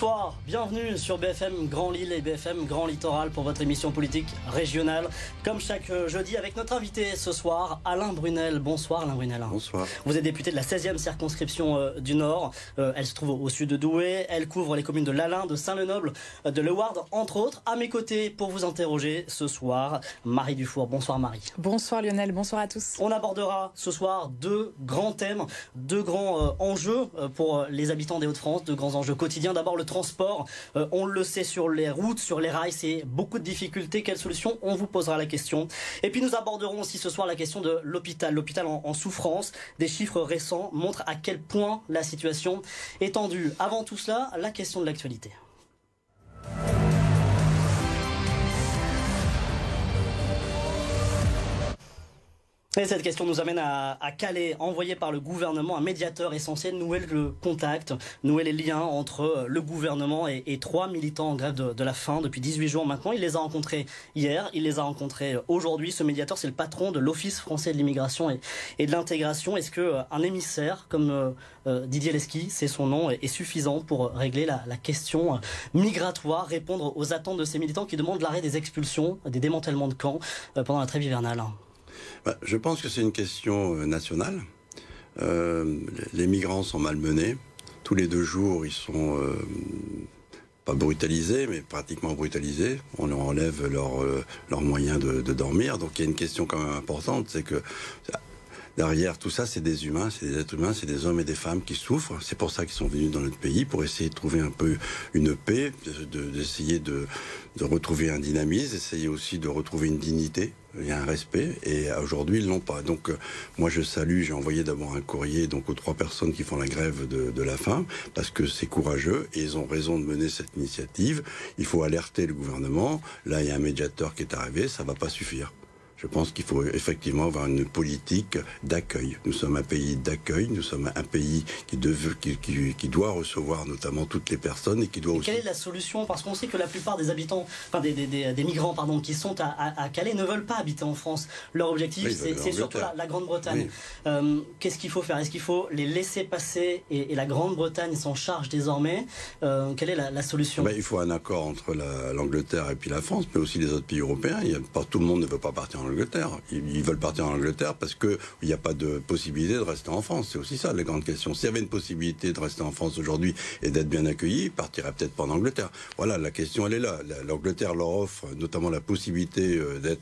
Bonsoir, bienvenue sur BFM Grand Lille et BFM Grand Littoral pour votre émission politique régionale. Comme chaque jeudi avec notre invité ce soir, Alain Brunel. Bonsoir Alain Brunel. Bonsoir. Vous êtes député de la 16e circonscription du Nord. Elle se trouve au sud de Douai. Elle couvre les communes de l'Alain, de Saint-Lenoble, de Le Ward, entre autres. À mes côtés pour vous interroger ce soir, Marie Dufour. Bonsoir Marie. Bonsoir Lionel, bonsoir à tous. On abordera ce soir deux grands thèmes, deux grands enjeux pour les habitants des Hauts-de-France, deux grands enjeux quotidiens. D'abord le transport, on le sait, sur les routes, sur les rails, c'est beaucoup de difficultés. Quelle solution? On vous posera la question. Et puis nous aborderons aussi ce soir la question de l'hôpital. L'hôpital en souffrance. Des chiffres récents montrent à quel point la situation est tendue. Avant tout cela, la question de l'actualité. Et cette question nous amène à Calais, envoyé par le gouvernement, un médiateur est censé nouer le contact, nouer les liens entre le gouvernement et trois militants en grève de la faim depuis 18 jours maintenant. Il les a rencontrés hier, il les a rencontrés aujourd'hui. Ce médiateur, c'est le patron de l'Office français de l'immigration et de l'intégration. Est-ce qu'un émissaire comme Didier Lesky, c'est son nom, est suffisant pour régler la question migratoire, répondre aux attentes de ces militants qui demandent l'arrêt des expulsions, des démantèlements de camps pendant la trêve hivernale? Je pense que c'est une question nationale. Les migrants sont malmenés. Tous les 2 jours, ils sont pas brutalisés, mais pratiquement brutalisés. On leur enlève leurs moyens de dormir. Donc il y a une question quand même importante, c'est que derrière tout ça, c'est des humains, c'est des êtres humains, c'est des hommes et des femmes qui souffrent. C'est pour ça qu'ils sont venus dans notre pays, pour essayer de trouver un peu une paix, d'essayer de retrouver un dynamisme, essayer aussi de retrouver une dignité. Il y a un respect, et aujourd'hui ils l'ont pas. Donc moi je salue, j'ai envoyé d'abord un courrier aux 3 personnes qui font la grève de la faim, parce que c'est courageux et ils ont raison de mener cette initiative. Il faut alerter le gouvernement. Là il y a un médiateur qui est arrivé, ça va pas suffire. Je pense qu'il faut effectivement avoir une politique d'accueil. Nous sommes un pays d'accueil, nous sommes un pays qui doit recevoir notamment toutes les personnes et qui doit aussi... Quelle est la solution? Parce qu'on sait que la plupart des habitants, enfin des migrants qui sont à Calais ne veulent pas habiter en France. Leur objectif, oui, c'est surtout la Grande-Bretagne. Oui. Qu'est-ce qu'il faut faire? Est-ce qu'il faut les laisser passer et la Grande-Bretagne s'en charge désormais? Quelle est la solution? Il faut un accord entre l'Angleterre et puis la France, mais aussi les autres pays européens. Pas tout le monde ne veut pas partir en Angleterre. Ils veulent partir en Angleterre parce qu'il n'y a pas de possibilité de rester en France. C'est aussi ça la grande question. S'il y avait une possibilité de rester en France aujourd'hui et d'être bien accueillis, ils partiraient peut-être pas en Angleterre. Voilà, la question elle est là. L'Angleterre leur offre notamment la possibilité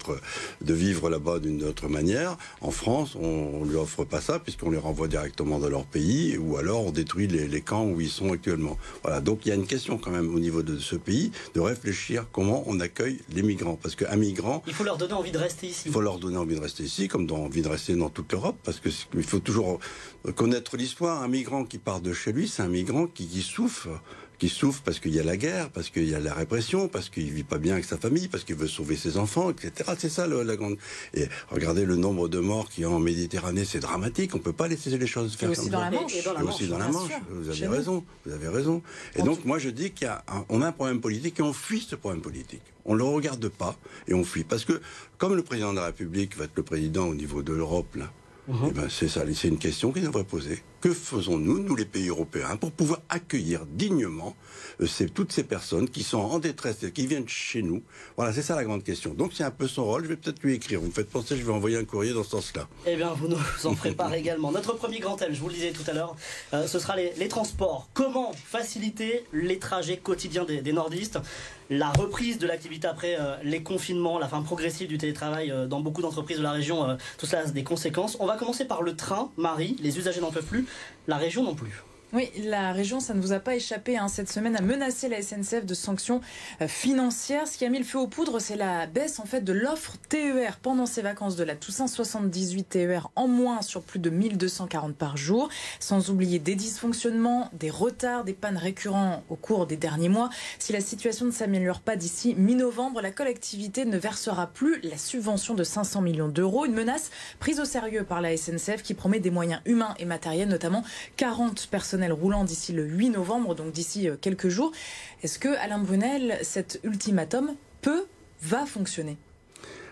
de vivre là-bas d'une autre manière. En France, on ne lui offre pas ça puisqu'on les renvoie directement dans leur pays, ou alors on détruit les camps où ils sont actuellement. Voilà, donc il y a une question quand même au niveau de ce pays de réfléchir comment on accueille les migrants. Parce qu'un migrant... Il faut leur donner envie de rester ici. Il faut leur donner envie de rester ici, comme envie de rester dans toute l'Europe, parce qu'il faut toujours connaître l'histoire. Un migrant qui part de chez lui, c'est un migrant qui souffre. Qui souffre parce qu'il y a la guerre, parce qu'il y a la répression, parce qu'il vit pas bien avec sa famille, parce qu'il veut sauver ses enfants, etc. C'est ça la grande... Et regardez le nombre de morts qu'il y a en Méditerranée, c'est dramatique. On peut pas laisser les choses faire comme ça. Aussi dans la Manche. Et aussi dans la Manche. Vous avez raison. Vous avez raison. Et donc moi je dis qu'on a un problème politique et on fuit ce problème politique. On ne le regarde pas et on fuit. Parce que comme le président de la République va être le président au niveau de l'Europe, là, c'est ça, c'est une question qu'il devrait poser. Que faisons-nous, nous les pays européens, pour pouvoir accueillir dignement toutes ces personnes qui sont en détresse et qui viennent chez nous? Voilà, c'est ça la grande question. Donc c'est un peu son rôle, je vais peut-être lui écrire. Vous me faites penser, je vais envoyer un courrier dans ce sens-là. Eh bien, vous nous en ferez part également. Notre premier grand thème, je vous le disais tout à l'heure, ce sera les transports. Comment faciliter les trajets quotidiens des nordistes? La reprise de l'activité après les confinements, la fin progressive du télétravail dans beaucoup d'entreprises de la région, tout cela a des conséquences. On va commencer par le train, Marie. Les usagers n'en peuvent plus, la région non plus. Oui, la région, ça ne vous a pas échappé, cette semaine, a menacé la SNCF de sanctions financières. Ce qui a mis le feu aux poudres, c'est la baisse de l'offre TER pendant ces vacances de la Toussaint. 78 TER en moins sur plus de 1240 par jour. Sans oublier des dysfonctionnements, des retards, des pannes récurrents au cours des derniers mois. Si la situation ne s'améliore pas d'ici mi-novembre, la collectivité ne versera plus la subvention de 500 millions d'euros. Une menace prise au sérieux par la SNCF qui promet des moyens humains et matériels, notamment 40 personnels roulant d'ici le 8 novembre, donc d'ici quelques jours. Est-ce que, Alain Brunel, cet ultimatum va fonctionner?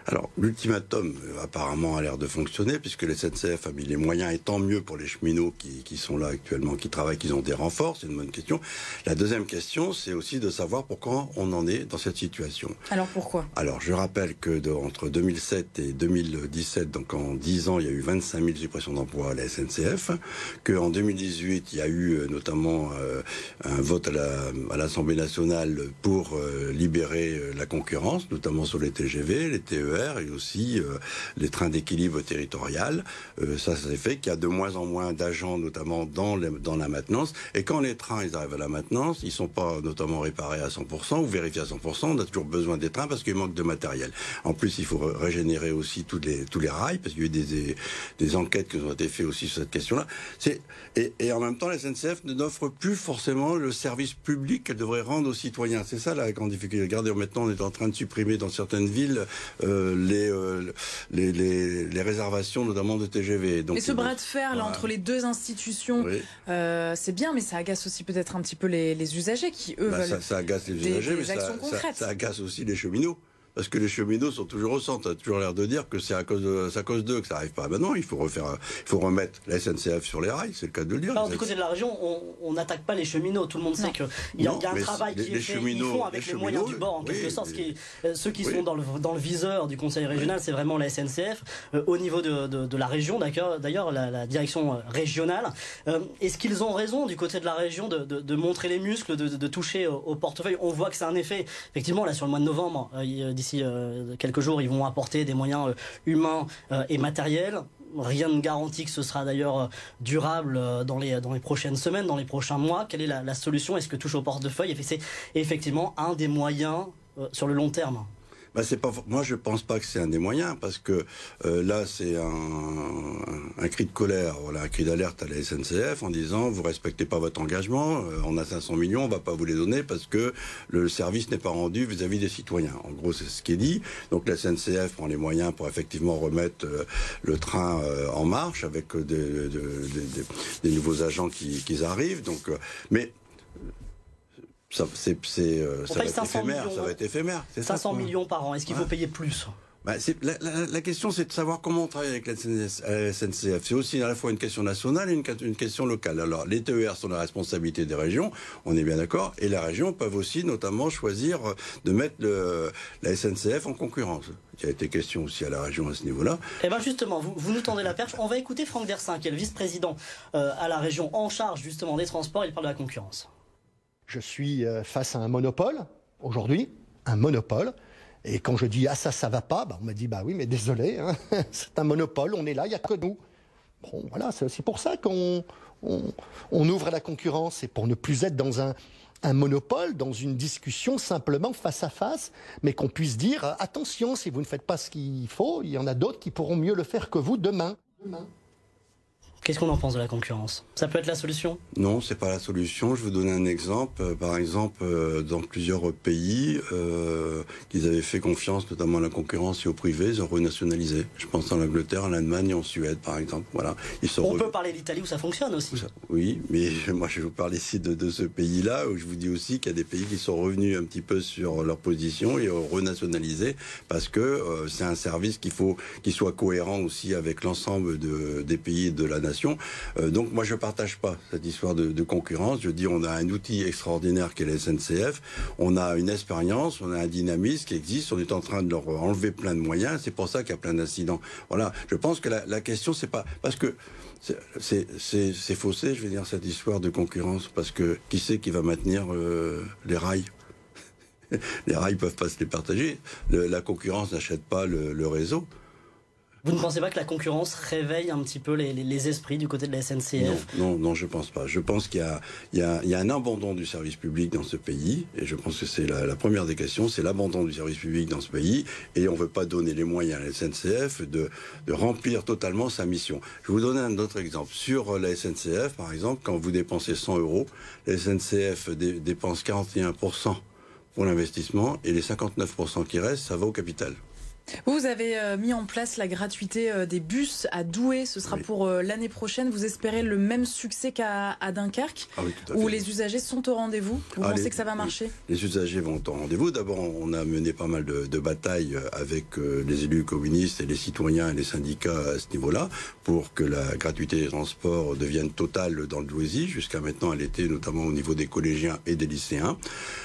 Alors, l'ultimatum, apparemment, a l'air de fonctionner, puisque la SNCF a mis les moyens, et tant mieux pour les cheminots qui sont là actuellement, qui travaillent, qu'ils ont des renforts, c'est une bonne question. La deuxième question, c'est aussi de savoir pourquoi on en est dans cette situation. Alors, pourquoi? Alors, je rappelle que entre 2007 et 2017, donc en 10 ans, il y a eu 25 000 suppressions d'emplois à la SNCF, qu'en 2018, il y a eu notamment un vote à l'Assemblée nationale pour libérer la concurrence, notamment sur les TGV, les TER et aussi les trains d'équilibre territorial. Ça s'est fait qu'il y a de moins en moins d'agents, notamment dans la maintenance. Et quand les trains ils arrivent à la maintenance, ils sont pas notamment réparés à 100% ou vérifiés à 100%. On a toujours besoin des trains parce qu'il manque de matériel. En plus, il faut régénérer aussi tous les rails parce qu'il y a eu des enquêtes qui ont été faites aussi sur cette question-là. Et en même temps, la SNCF n'offre plus forcément le service public qu'elle devrait rendre aux citoyens. C'est ça la grande difficulté. Regardez, maintenant, on est en train de supprimer dans certaines villes les réservations, notamment de TGV. Donc, mais ce bras de fer là, entre les deux institutions, oui. C'est bien, mais ça agace aussi peut-être un petit peu les usagers qui, eux, veulent ça agace les usagers, mais ça agace aussi les cheminots. Parce que les cheminots sont toujours au centre. Ça a toujours l'air de dire que c'est à cause d'eux que ça n'arrive pas. Ben non, il faut remettre la SNCF sur les rails, c'est le cas de le dire. Alors, du côté de la région, on n'attaque pas les cheminots. Tout le monde sait qu'il y a un travail qui est fait. Ils font avec les moyens du bord, en quelque sorte. Ceux qui sont dans le viseur du conseil régional, c'est vraiment la SNCF. Au niveau de la région, d'ailleurs, la direction régionale. Est-ce qu'ils ont raison, du côté de la région, de montrer les muscles, de toucher au portefeuille? On voit que c'est un effet. Effectivement, là, sur le mois de novembre, d'ici quelques jours, ils vont apporter des moyens humains et matériels. Rien ne garantit que ce sera d'ailleurs durable dans les prochaines semaines, dans les prochains mois. Quelle est la solution? Est-ce que touche au portefeuille? C'est effectivement un des moyens sur le long terme. Moi, je pense pas que c'est un des moyens, parce que là, c'est un cri de colère, voilà, un cri d'alerte à la SNCF en disant vous respectez pas votre engagement, on a 500 millions, on va pas vous les donner parce que le service n'est pas rendu vis-à-vis des citoyens. En gros, c'est ce qui est dit. Donc la SNCF prend les moyens pour effectivement remettre le train en marche avec des nouveaux agents qui arrivent. Donc, mais ça va être éphémère. 500 millions par an, est-ce qu'il faut payer plus? La question, c'est de savoir comment on travaille avec la SNCF. C'est aussi à la fois une question nationale et une question locale. Alors, les TER sont la responsabilité des régions, on est bien d'accord, et la région peuvent aussi notamment choisir de mettre la SNCF en concurrence. Il y a été question aussi à la région à ce niveau-là. Et bien justement, vous nous tendez la perche. On va écouter Franck Dersin, qui est le vice-président à la région en charge justement des transports. Il parle de la concurrence. Je suis face à un monopole, aujourd'hui, un monopole. Et quand je dis « Ah, ça va pas », on m'a dit « Bah oui, mais désolé, hein, c'est un monopole, on est là, il n'y a que nous ». Bon, voilà, c'est aussi pour ça qu'on ouvre à la concurrence, c'est pour ne plus être dans un monopole, dans une discussion simplement face à face, mais qu'on puisse dire « Attention, si vous ne faites pas ce qu'il faut, il y en a d'autres qui pourront mieux le faire que vous demain ». Qu'est-ce qu'on en pense de la concurrence? Ça peut être la solution? Non, c'est pas la solution. Je vais vous donner un exemple. Par exemple, dans plusieurs pays, qu'ils avaient fait confiance notamment à la concurrence et au privé, ils ont renationalisé. Je pense en Angleterre, en Allemagne et en Suède, par exemple. Voilà. On peut parler d'Italie où ça fonctionne aussi. Oui, mais moi je vais vous parler ici de ce pays-là, où je vous dis aussi qu'il y a des pays qui sont revenus un petit peu sur leur position et ont renationalisé, parce que c'est un service qu'il soit cohérent aussi avec l'ensemble des pays de la nation. Donc moi je partage pas cette histoire de concurrence. Je dis on a un outil extraordinaire qui est la SNCF, on a une expérience, on a un dynamisme qui existe, on est en train de leur enlever plein de moyens, c'est pour ça qu'il y a plein d'incidents. Voilà, je pense que la question c'est pas parce que c'est faussé, je vais dire, cette histoire de concurrence, parce que qui c'est qui va maintenir les rails? Les rails peuvent pas se les partager, la concurrence n'achète pas le réseau. Vous ne pensez pas que la concurrence réveille un petit peu les esprits du côté de la SNCF? Non, je pense pas. Je pense qu'il y a un abandon du service public dans ce pays, et je pense que c'est la première des questions, c'est l'abandon du service public dans ce pays, et on ne veut pas donner les moyens à la SNCF de remplir totalement sa mission. Je vais vous donner un autre exemple. Sur la SNCF, par exemple, quand vous dépensez 100 €, la SNCF dépense 41% pour l'investissement, et les 59% qui restent, ça va au capital. Vous avez mis en place la gratuité des bus à Douai. Ce sera pour l'année prochaine. Vous espérez le même succès qu'à Dunkerque, où les usagers sont au rendez-vous? Vous pensez que ça va marcher? Les usagers vont au rendez-vous. D'abord, on a mené pas mal de batailles avec les élus communistes et les citoyens et les syndicats à ce niveau-là pour que la gratuité des transports devienne totale dans le Douaisis. Jusqu'à maintenant, elle était notamment au niveau des collégiens et des lycéens.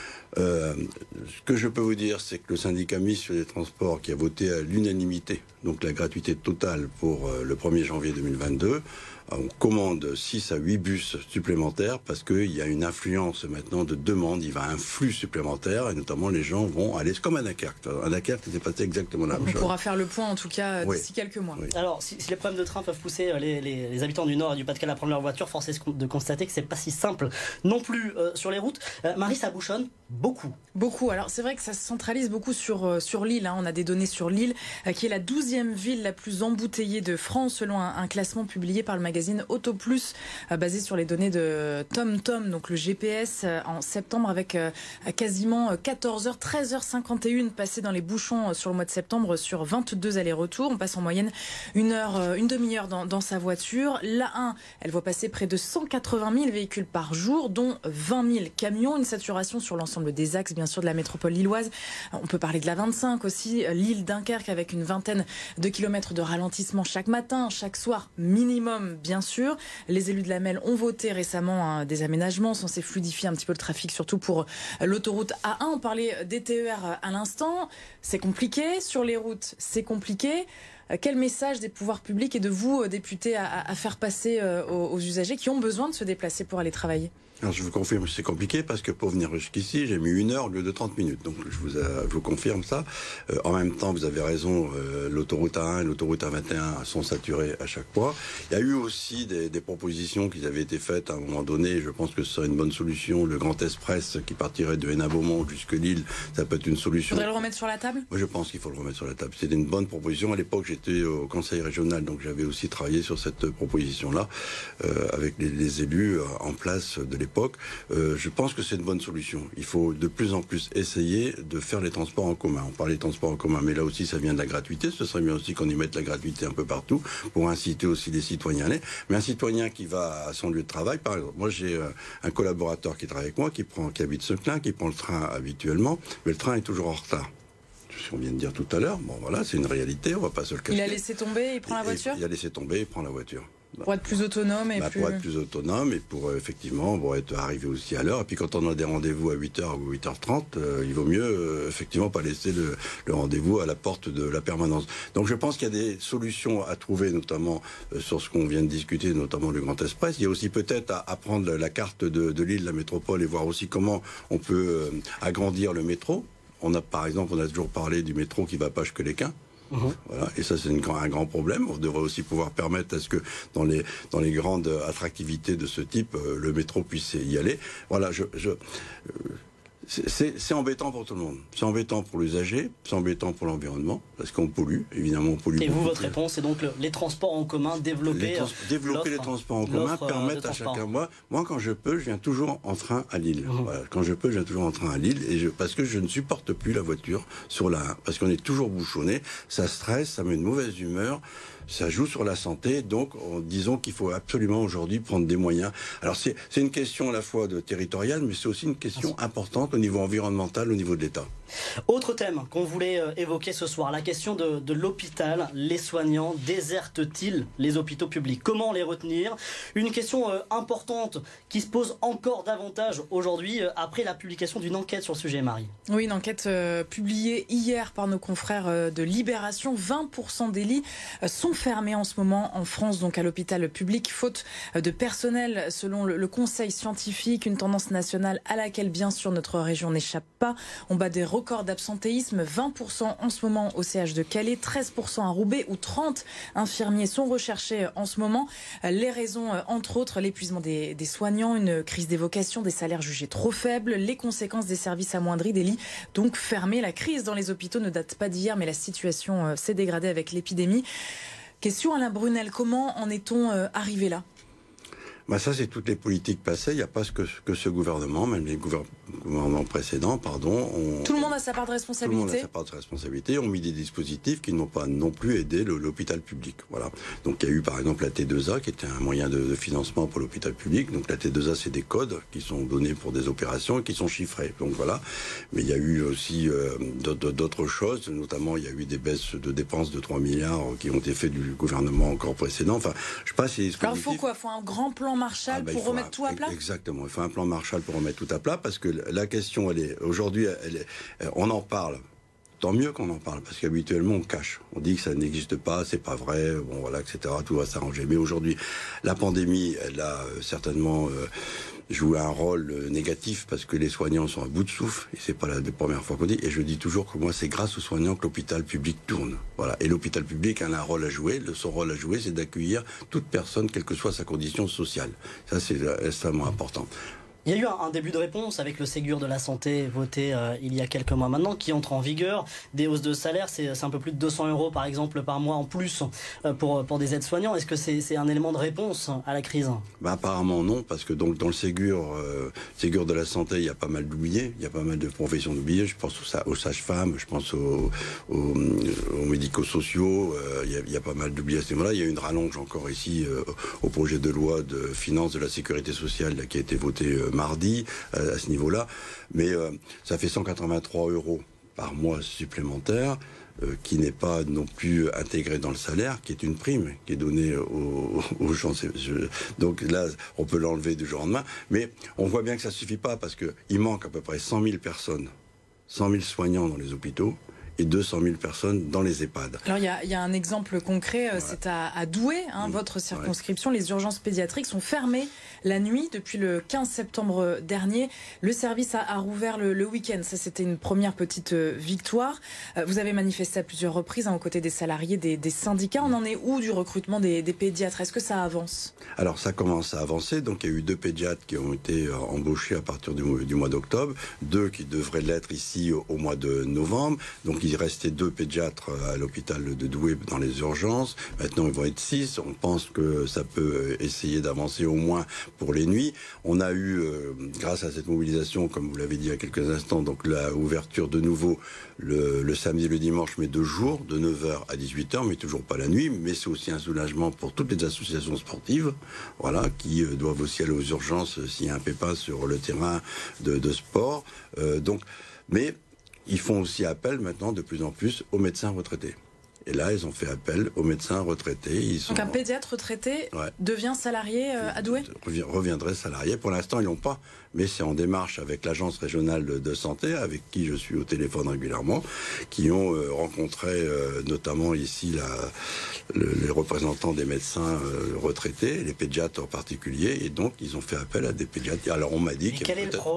Ce que je peux vous dire, c'est que le syndicat mixte sur les transports qui a voté à l'unanimité, donc la gratuité totale pour le 1er janvier 2022, on commande 6 à 8 bus supplémentaires parce qu'il y a une influence maintenant de demande, il va un flux supplémentaire et notamment les gens vont aller, c'est comme à Dunkerque. À Dunkerque, c'est passé exactement la même chose. On pourra faire le point en tout cas d'ici quelques mois. Oui. Alors, si les problèmes de train peuvent pousser les habitants du Nord et du Pas-de-Calais à prendre leur voiture, force est de constater que c'est pas si simple non plus sur les routes. Marie, ça bouchonne beaucoup. Beaucoup. Alors c'est vrai que ça se centralise beaucoup sur Lille. On a des données sur Lille, qui est la 12e ville la plus embouteillée de France, selon un classement publié par le magazine Autoplus, basé sur les données de TomTom, donc le GPS, en septembre, avec quasiment 14h, 13h51 passées dans les bouchons sur le mois de septembre sur 22 allers-retours. On passe en moyenne une demi-heure dans sa voiture. La 1, elle voit passer près de 180 000 véhicules par jour, dont 20 000 camions. Une saturation sur l'ensemble des axes, bien sûr, de la métropole lilloise. On peut parler de la 25 aussi, Lille-Dunkerque, avec une vingtaine de kilomètres de ralentissement chaque matin, chaque soir, minimum, bien sûr. Les élus de la MEL ont voté récemment des aménagements censés fluidifier un petit peu le trafic, surtout pour l'autoroute A1. On parlait des TER à l'instant. C'est compliqué. Sur les routes, c'est compliqué. Quel message des pouvoirs publics et de vous, députés, à faire passer aux usagers qui ont besoin de se déplacer pour aller travailler? Alors je vous confirme que c'est compliqué parce que pour venir jusqu'ici, j'ai mis 1 heure au lieu de 30 minutes. Donc je vous confirme ça. En même temps, vous avez raison, l'autoroute A1 et l'autoroute A21 sont saturées à chaque fois. Il y a eu aussi des propositions qui avaient été faites à un moment donné. Je pense que ce serait une bonne solution. Le Grand Express qui partirait de Hénin-Beaumont jusque Lille, ça peut être une solution. Faudrait le remettre sur la table? Moi, je pense qu'il faut le remettre sur la table. C'était une bonne proposition. À l'époque, j'étais au Conseil régional, donc j'avais aussi travaillé sur cette proposition-là avec les élus en place de l'époque. Je pense que c'est une bonne solution. Il faut de plus en plus essayer de faire les transports en commun. On parle des transports en commun, mais là aussi ça vient de la gratuité. Ce serait bien aussi qu'on y mette la gratuité un peu partout pour inciter aussi les citoyens à aller. Mais un citoyen qui va à son lieu de travail, par exemple, moi j'ai un collaborateur qui travaille avec moi, qui habite Seclin, qui prend le train habituellement, mais le train est toujours en retard. Ce qu'on vient de dire tout à l'heure, bon voilà, c'est une réalité, on va pas se le cacher. Il a laissé tomber, il prend la voiture? Il a laissé tomber, il prend la voiture. Pour être plus autonome et Pour être plus autonome et pour effectivement être arrivé aussi à l'heure. Et puis quand on a des rendez-vous à 8h ou 8h30, il vaut mieux effectivement pas laisser le rendez-vous à la porte de la permanence. Donc je pense qu'il y a des solutions à trouver, notamment sur ce qu'on vient de discuter, notamment le Grand Express. Il y a aussi peut-être à prendre la carte de Lille, la métropole, et voir aussi comment on peut agrandir le métro. Par exemple, on a toujours parlé du métro qui va pas jusque les Quins. Voilà. Et ça, c'est un grand problème. On devrait aussi pouvoir permettre à ce que dans les grandes attractivités de ce type, le métro puisse y aller. Voilà, c'est embêtant pour tout le monde. C'est embêtant pour l'usager, c'est embêtant pour l'environnement, parce qu'on pollue, évidemment on pollue. Et vous, votre réponse, c'est donc les transports en commun, développer les transports en commun, permettre à chacun. Moi, quand je peux, je viens toujours en train à Lille. Voilà. Quand je peux, je viens toujours en train à Lille, parce que je ne supporte plus la voiture sur la 1, parce qu'on est toujours bouchonné, ça stresse, ça met une mauvaise humeur. Ça joue sur la santé, donc disons qu'il faut absolument aujourd'hui prendre des moyens. Alors c'est une question à la fois territoriale, mais c'est aussi une question importante au niveau environnemental, au niveau de l'État. Autre thème qu'on voulait évoquer ce soir, la question de l'hôpital. Les soignants désertent-ils les hôpitaux publics? Comment les retenir? Une question importante qui se pose encore davantage aujourd'hui après la publication d'une enquête sur le sujet, Marie. Oui, une enquête publiée hier par nos confrères de Libération. 20% des lits sont fermés en ce moment en France, donc à l'hôpital public, faute de personnel, selon le conseil scientifique, une tendance nationale à laquelle bien sûr notre région n'échappe pas. On bat des record d'absentéisme, 20% en ce moment au CH de Calais, 13% à Roubaix, où 30 infirmiers sont recherchés en ce moment. Les raisons, entre autres, l'épuisement des soignants, une crise des vocations, des salaires jugés trop faibles, les conséquences des services amoindris, des lits donc fermés. La crise dans les hôpitaux ne date pas d'hier, mais la situation s'est dégradée avec l'épidémie. Question Alain Brunel, comment en est-on arrivé là? Ça, c'est toutes les politiques passées. Il n'y a pas que ce gouvernement, même les précédent, pardon. Tout le monde a sa part de Tout le responsabilité. monde a sa part de responsabilité. On mis des dispositifs qui n'ont pas non plus aidé l'hôpital public. Voilà. Donc il y a eu par exemple la T2A qui était un moyen de financement pour l'hôpital public. Donc la T2A, c'est des codes qui sont donnés pour des opérations et qui sont chiffrés. Donc voilà. Mais il y a eu aussi d'autres choses. Notamment, il y a eu des baisses de dépenses de 3 milliards qui ont été faites du gouvernement encore précédent. Enfin, je sais pas si... Alors il faut quoi? Il faut un grand plan Marshall pour remettre tout à plat? Exactement. Il faut un plan Marshall pour remettre tout à plat parce que la question, elle est aujourd'hui, on en parle. Tant mieux qu'on en parle, parce qu'habituellement on cache. On dit que ça n'existe pas, c'est pas vrai, bon voilà, etc. Tout va s'arranger. Mais aujourd'hui, la pandémie, elle a certainement joué un rôle négatif parce que les soignants sont à bout de souffle. Et c'est pas la première fois qu'on dit. Et je dis toujours que moi, c'est grâce aux soignants que l'hôpital public tourne. Voilà. Et l'hôpital public a un rôle à jouer. Son rôle à jouer, c'est d'accueillir toute personne, quelle que soit sa condition sociale. Ça, c'est extrêmement important. Il y a eu un début de réponse avec le Ségur de la santé voté il y a quelques mois maintenant qui entre en vigueur. Des hausses de salaire, c'est un peu plus de 200 € par exemple par mois en plus pour des aides-soignants. Est-ce que c'est un élément de réponse à la crise? Apparemment non, parce que donc dans le Ségur de la santé, il y a pas mal d'oubliés, il y a pas mal de professions d'oubliés. Je pense aux sages-femmes, je pense aux médico-sociaux, il y a pas mal d'oubliés à ce niveau-là. Il y a eu une rallonge encore ici au projet de loi de finances de la sécurité sociale là, qui a été voté mardi à ce niveau-là, mais ça fait 183 € par mois supplémentaire qui n'est pas non plus intégré dans le salaire, qui est une prime qui est donnée aux gens. Donc là, on peut l'enlever du jour au lendemain, mais on voit bien que ça suffit pas parce qu'il manque à peu près 100 000 personnes, 100 000 soignants dans les hôpitaux et 200 000 personnes dans les EHPAD. Alors il y a un exemple concret, voilà. C'est à Douai, votre circonscription. Les urgences pédiatriques sont fermées la nuit depuis le 15 septembre dernier. Le service a rouvert le week-end. Ça, c'était une première petite victoire. Vous avez manifesté à plusieurs reprises aux côtés des salariés, des syndicats. On en est où du recrutement des pédiatres? Est-ce que ça avance? Alors ça commence à avancer. Donc il y a eu 2 pédiatres qui ont été embauchés à partir du mois d'octobre, 2 qui devraient l'être ici au mois de novembre. Donc il restait 2 pédiatres à l'hôpital de Douai dans les urgences. Maintenant, ils vont être 6. On pense que ça peut essayer d'avancer au moins pour les nuits. On a eu, grâce à cette mobilisation, comme vous l'avez dit il y a quelques instants, donc la ouverture de nouveau le samedi et le dimanche, mais 2 jours, de 9h à 18h, mais toujours pas la nuit. Mais c'est aussi un soulagement pour toutes les associations sportives, voilà, qui doivent aussi aller aux urgences s'il y a un pépin sur le terrain de sport. Mais ils font aussi appel maintenant de plus en plus aux médecins retraités. Et là, ils ont fait appel aux médecins retraités. Donc un pédiatre retraité devient salarié à Douai ? Reviendrait salarié. Pour l'instant, ils l'ont pas. Mais c'est en démarche avec l'agence régionale de santé, avec qui je suis au téléphone régulièrement, qui ont rencontré notamment ici les représentants des médecins retraités, les pédiatres en particulier, et donc ils ont fait appel à des pédiatres. Alors on m'a dit qu'il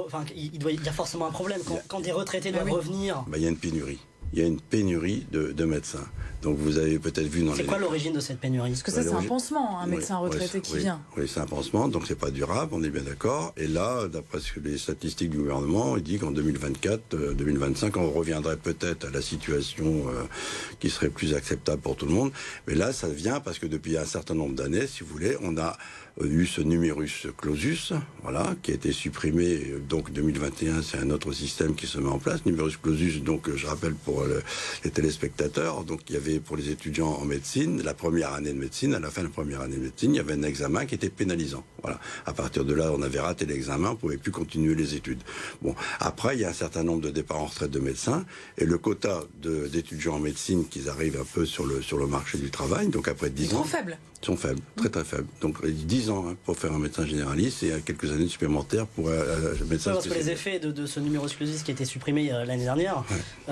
y a forcément un problème quand des retraités doivent revenir. Il y a une pénurie. Il y a une pénurie de médecins. Donc vous avez peut-être vu dans C'est quoi l'origine de cette pénurie? Parce que ça, c'est un pansement, un médecin retraité qui vient. Oui, c'est un pansement, donc c'est pas durable, on est bien d'accord. Et là, d'après les statistiques du gouvernement, il dit qu'en 2024, 2025, on reviendrait peut-être à la situation qui serait plus acceptable pour tout le monde. Mais là, ça vient parce que depuis un certain nombre d'années, si vous voulez, on a eu ce numerus clausus, voilà, qui a été supprimé. Donc 2021, c'est un autre système qui se met en place. Numerus clausus, donc je rappelle pour les téléspectateurs, donc il y avait pour les étudiants en médecine, la première année de médecine, à la fin de la première année de médecine, il y avait un examen qui était pénalisant. Voilà. À partir de là, on avait raté l'examen, on pouvait plus continuer les études. Bon, après, il y a un certain nombre de départs en retraite de médecins et le quota d'étudiants en médecine qui arrivent un peu sur le marché du travail. Donc après 10 ans. Trop faible. Sont faibles, très très faibles. Donc 10 ans pour faire un médecin généraliste et quelques années supplémentaires pour un médecin spécialiste. Parce que les effets de ce numerus clausus qui a été supprimé l'année dernière,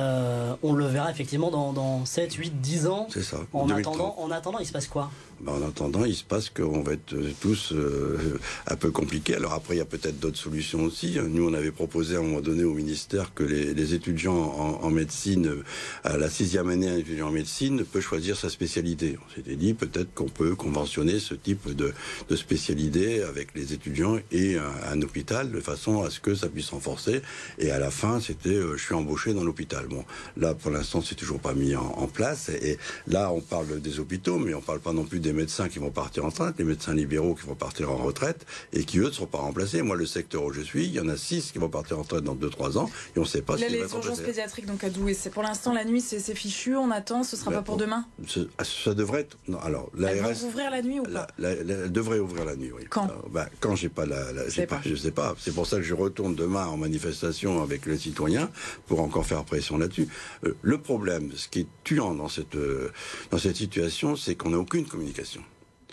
on le verra effectivement dans 7, 8, 10 ans. C'est ça. En attendant, il se passe quoi? En attendant, il se passe qu'on va être tous un peu compliqués. Alors après, il y a peut-être d'autres solutions aussi. Nous, on avait proposé à un moment donné au ministère que les étudiants en médecine, à la 6e année, un étudiant en médecine peut choisir sa spécialité. On s'était dit peut-être qu'on peut conventionner ce type de spécialité avec les étudiants et un hôpital, de façon à ce que ça puisse renforcer. Et à la fin, c'était je suis embauché dans l'hôpital. Bon, là, pour l'instant, c'est toujours pas mis en place. Et là, on parle des hôpitaux, mais on parle pas non plus des médecins qui vont partir en retraite, les médecins libéraux qui vont partir en retraite et qui, eux, ne seront pas remplacés. Moi, le secteur où je suis, il y en a 6 qui vont partir en retraite dans 2-3 ans et on ne sait pas si les urgences pédiatriques donc à Douai, c'est pour l'instant la nuit, c'est fichu, on attend, ce sera pas pour demain. Ça devrait être. Non, alors l'ARS. Elle va ouvrir la nuit ou pas? Elle devrait ouvrir la nuit, oui. Quand? Quand j'ai pas je sais pas. C'est pour ça que je retourne demain en manifestation avec les citoyens pour encore faire pression là-dessus. Le problème, ce qui est tuant dans cette situation, c'est qu'on n'a aucune communication.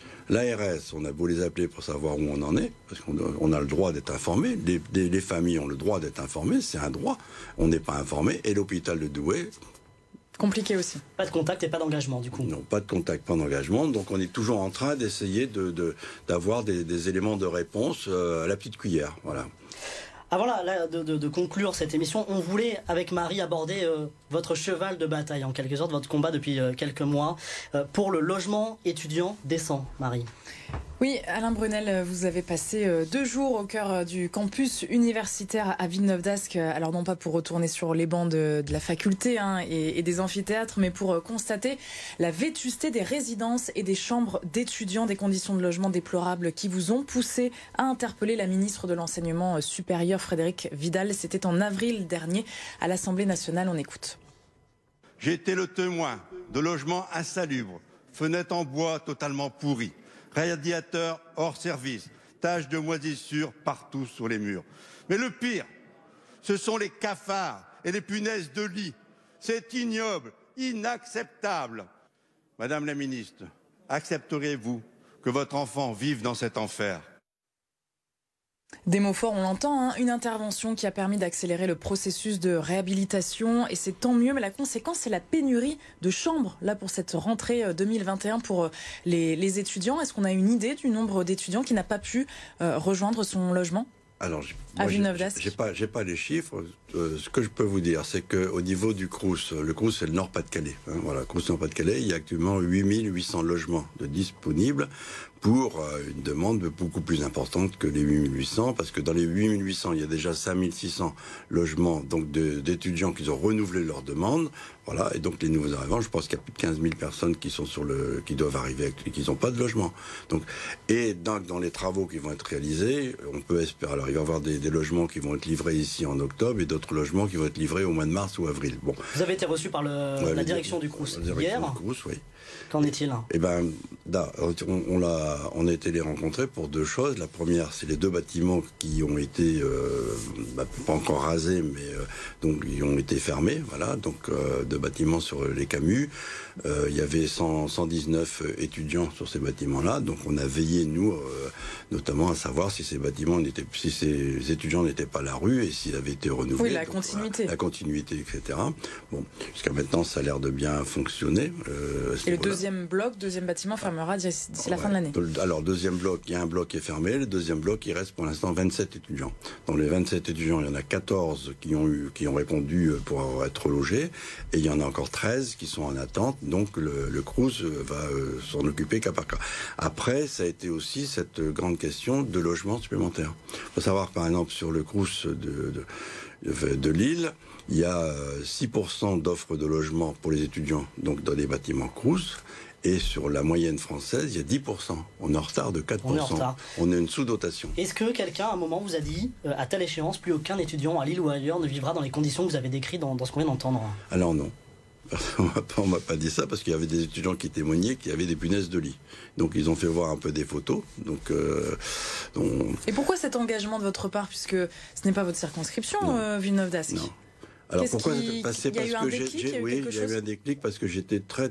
L'ARS, on a beau les appeler pour savoir où on en est, parce qu'on a le droit d'être informé, les familles ont le droit d'être informées, c'est un droit, on n'est pas informé, et l'hôpital de Douai... Compliqué aussi. Pas de contact et pas d'engagement, du coup. Non, pas de contact, pas d'engagement, donc on est toujours en train d'essayer d'avoir des éléments de réponse à la petite cuillère, voilà. Avant de conclure cette émission, on voulait, avec Marie, aborder votre cheval de bataille, en quelque sorte, votre combat depuis quelques mois, pour le logement étudiant décent, Marie. Oui, Alain Brunel, vous avez passé 2 jours au cœur du campus universitaire à Villeneuve-d'Ascq. Alors non pas pour retourner sur les bancs de la faculté et des amphithéâtres, mais pour constater la vétusté des résidences et des chambres d'étudiants, des conditions de logement déplorables qui vous ont poussé à interpeller la ministre de l'Enseignement supérieur, Frédérique Vidal. C'était en avril dernier à l'Assemblée nationale. On écoute. J'ai été le témoin de logements insalubres, fenêtres en bois totalement pourries, radiateurs hors service, taches de moisissure partout sur les murs. Mais le pire, ce sont les cafards et les punaises de lit. C'est ignoble, inacceptable. Madame la ministre, accepterez-vous que votre enfant vive dans cet enfer ? Des mots forts, on l'entend, une intervention qui a permis d'accélérer le processus de réhabilitation et c'est tant mieux, mais la conséquence c'est la pénurie de chambres là pour cette rentrée 2021 pour les étudiants. Est-ce qu'on a une idée du nombre d'étudiants qui n'a pas pu rejoindre son logement ? Alors, à Villeneuve-d'Ascq. J'ai pas les chiffres. Ce que je peux vous dire, c'est qu'au niveau du Crous, le Crous c'est le Nord-Pas-de-Calais. Voilà, Crous Nord-Pas-de-Calais, il y a actuellement 8800 logements de disponibles pour une demande beaucoup plus importante que les 8800, parce que dans les 8800, il y a déjà 5600 logements donc d'étudiants qui ont renouvelé leur demande. Voilà, et donc les nouveaux arrivants, je pense qu'il y a plus de 15 000 personnes qui sont qui doivent arriver et qui n'ont pas de logement. Donc, et dans les travaux qui vont être réalisés, on peut espérer. Alors, il va y avoir des logements qui vont être livrés ici en octobre et d'autres logements qui vont être livrés au mois de mars ou avril. Bon. Vous avez été reçu par la direction du Crous hier. Oui. Qu'en est-il ? Eh ben, on a été les rencontrer pour 2 choses. La première, c'est les 2 bâtiments qui ont été pas encore rasés, mais donc ils ont été fermés. Voilà, donc 2 bâtiments sur les Camus. Il y avait 119 étudiants sur ces bâtiments-là. Donc on a veillé nous, notamment à savoir si ces étudiants n'étaient pas à la rue et s'ils avaient été renouvelés. Oui, la continuité. La continuité, etc. Bon, jusqu'à maintenant, ça a l'air de bien fonctionner. Et le deuxième bâtiment fermera d'ici la fin de l'année. Alors, deuxième bloc, il y a un bloc qui est fermé. Le deuxième bloc, il reste pour l'instant 27 étudiants. Dans les 27 étudiants, il y en a 14 qui ont répondu pour être logés. Et il y en a encore 13 qui sont en attente. Donc, le Crous va s'en occuper cas par cas. Après, ça a été aussi cette grande question de logement supplémentaire. Il faut savoir, par exemple, sur le Crous de Lille, il y a 6% d'offres de logement pour les étudiants, donc dans les bâtiments Crous. Et sur la moyenne française, il y a 10%. On est en retard de 4%. On est en retard. On a une sous-dotation. Est-ce que quelqu'un, à un moment, vous a dit, à telle échéance, plus aucun étudiant à Lille ou ailleurs ne vivra dans les conditions que vous avez décrites dans ce qu'on vient d'entendre ? Alors non. On m'a pas dit ça parce qu'il y avait des étudiants qui témoignaient qui avaient des punaises de lit. Donc ils ont fait voir un peu des photos. Et pourquoi cet engagement de votre part, puisque ce n'est pas votre circonscription, Villeneuve-d'Ascq ? Non. Alors pourquoi c'est passé parce que j'ai eu un déclic parce que j'étais très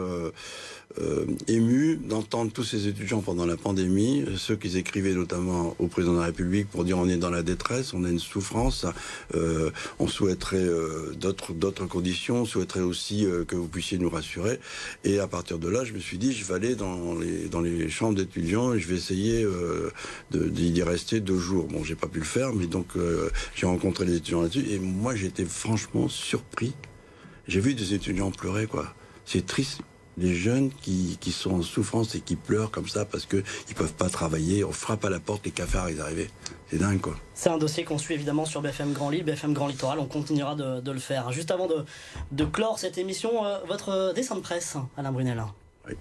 ému d'entendre tous ces étudiants pendant la pandémie, ceux qui écrivaient notamment au président de la République pour dire on est dans la détresse, on a une souffrance, on souhaiterait d'autres conditions, on souhaiterait aussi que vous puissiez nous rassurer. Et à partir de là, je me suis dit je vais aller dans les chambres d'étudiants et je vais essayer d'y rester 2 jours. Bon, j'ai pas pu le faire, mais donc j'ai rencontré les étudiants là-dessus et moi j'étais franchement surpris. J'ai vu des étudiants pleurer, quoi. C'est triste. les jeunes qui sont en souffrance et qui pleurent comme ça parce qu'ils ne peuvent pas travailler. On frappe à la porte, les cafards, ils arrivent. C'est dingue, quoi. C'est un dossier qu'on suit évidemment sur BFM Grand Lille, BFM Grand Littoral. On continuera de le faire. Juste avant de clore cette émission, votre dessin de presse, Alain Brunel. Oui.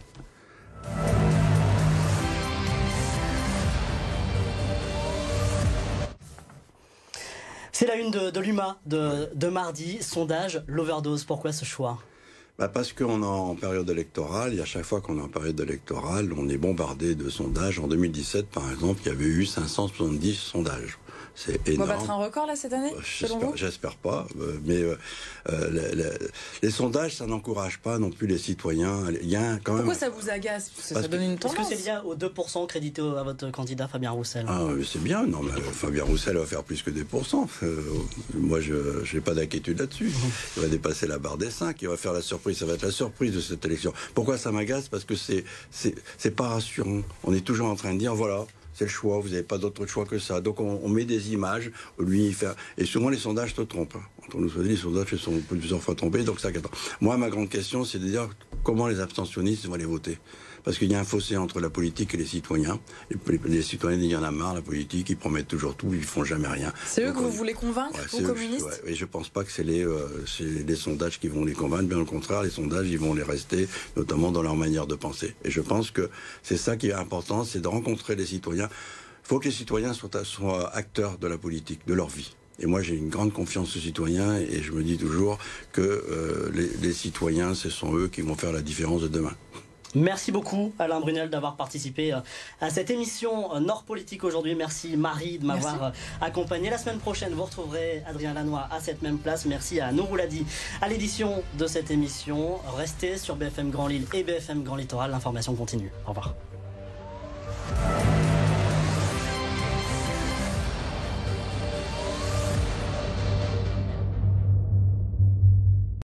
C'est la une de l'UMA de mardi. Sondage, l'overdose. Pourquoi ce choix ? Parce qu'on est en période électorale, et à chaque fois qu'on est en période électorale, on est bombardé de sondages. En 2017, par exemple, il y avait eu 570 sondages. C'est énorme. On va battre un record là cette année, selon vous ? J'espère pas, mais les sondages, ça n'encourage pas non plus les citoyens. Il y a quand même. Pourquoi ça vous agace ? Parce que ça donne une tendance. Est-ce que c'est lié aux 2% crédités à votre candidat Fabien Roussel ? Ah, c'est bien. Non, mais Fabien Roussel va faire plus que 2%. Moi, je n'ai pas d'inquiétude là-dessus. Il va dépasser la barre des 5. Il va faire la surprise. Ça va être la surprise de cette élection. Pourquoi ça m'agace ? Parce que c'est pas rassurant. On est toujours en train de dire, voilà, c'est le choix, vous n'avez pas d'autre choix que ça. Donc on met des images, lui faire. Et souvent les sondages se trompent. Entre nous soit dit, les sondages sont plusieurs fois trompés, donc ça. Moi, ma grande question, c'est de dire comment les abstentionnistes vont aller voter. Parce qu'il y a un fossé entre la politique et les citoyens. Les citoyens, il y en a marre, la politique, ils promettent toujours tout, ils font jamais rien. C'est eux que vous voulez convaincre, vous communistes ? Et je pense pas que c'est les sondages qui vont les convaincre, bien au contraire, les sondages, ils vont les rester, notamment dans leur manière de penser. Et je pense que c'est ça qui est important, c'est de rencontrer les citoyens. Il faut que les citoyens soient acteurs de la politique, de leur vie. Et moi, j'ai une grande confiance aux citoyens et je me dis toujours que les citoyens, ce sont eux qui vont faire la différence de demain. Merci beaucoup Alain Brunel d'avoir participé à cette émission Nord Politique aujourd'hui. Merci Marie de m'avoir accompagné. La semaine prochaine, vous retrouverez Adrien Lanois à cette même place. Merci à Nour Ouladi à l'édition de cette émission. Restez sur BFM Grand Lille et BFM Grand Littoral. L'information continue. Au revoir.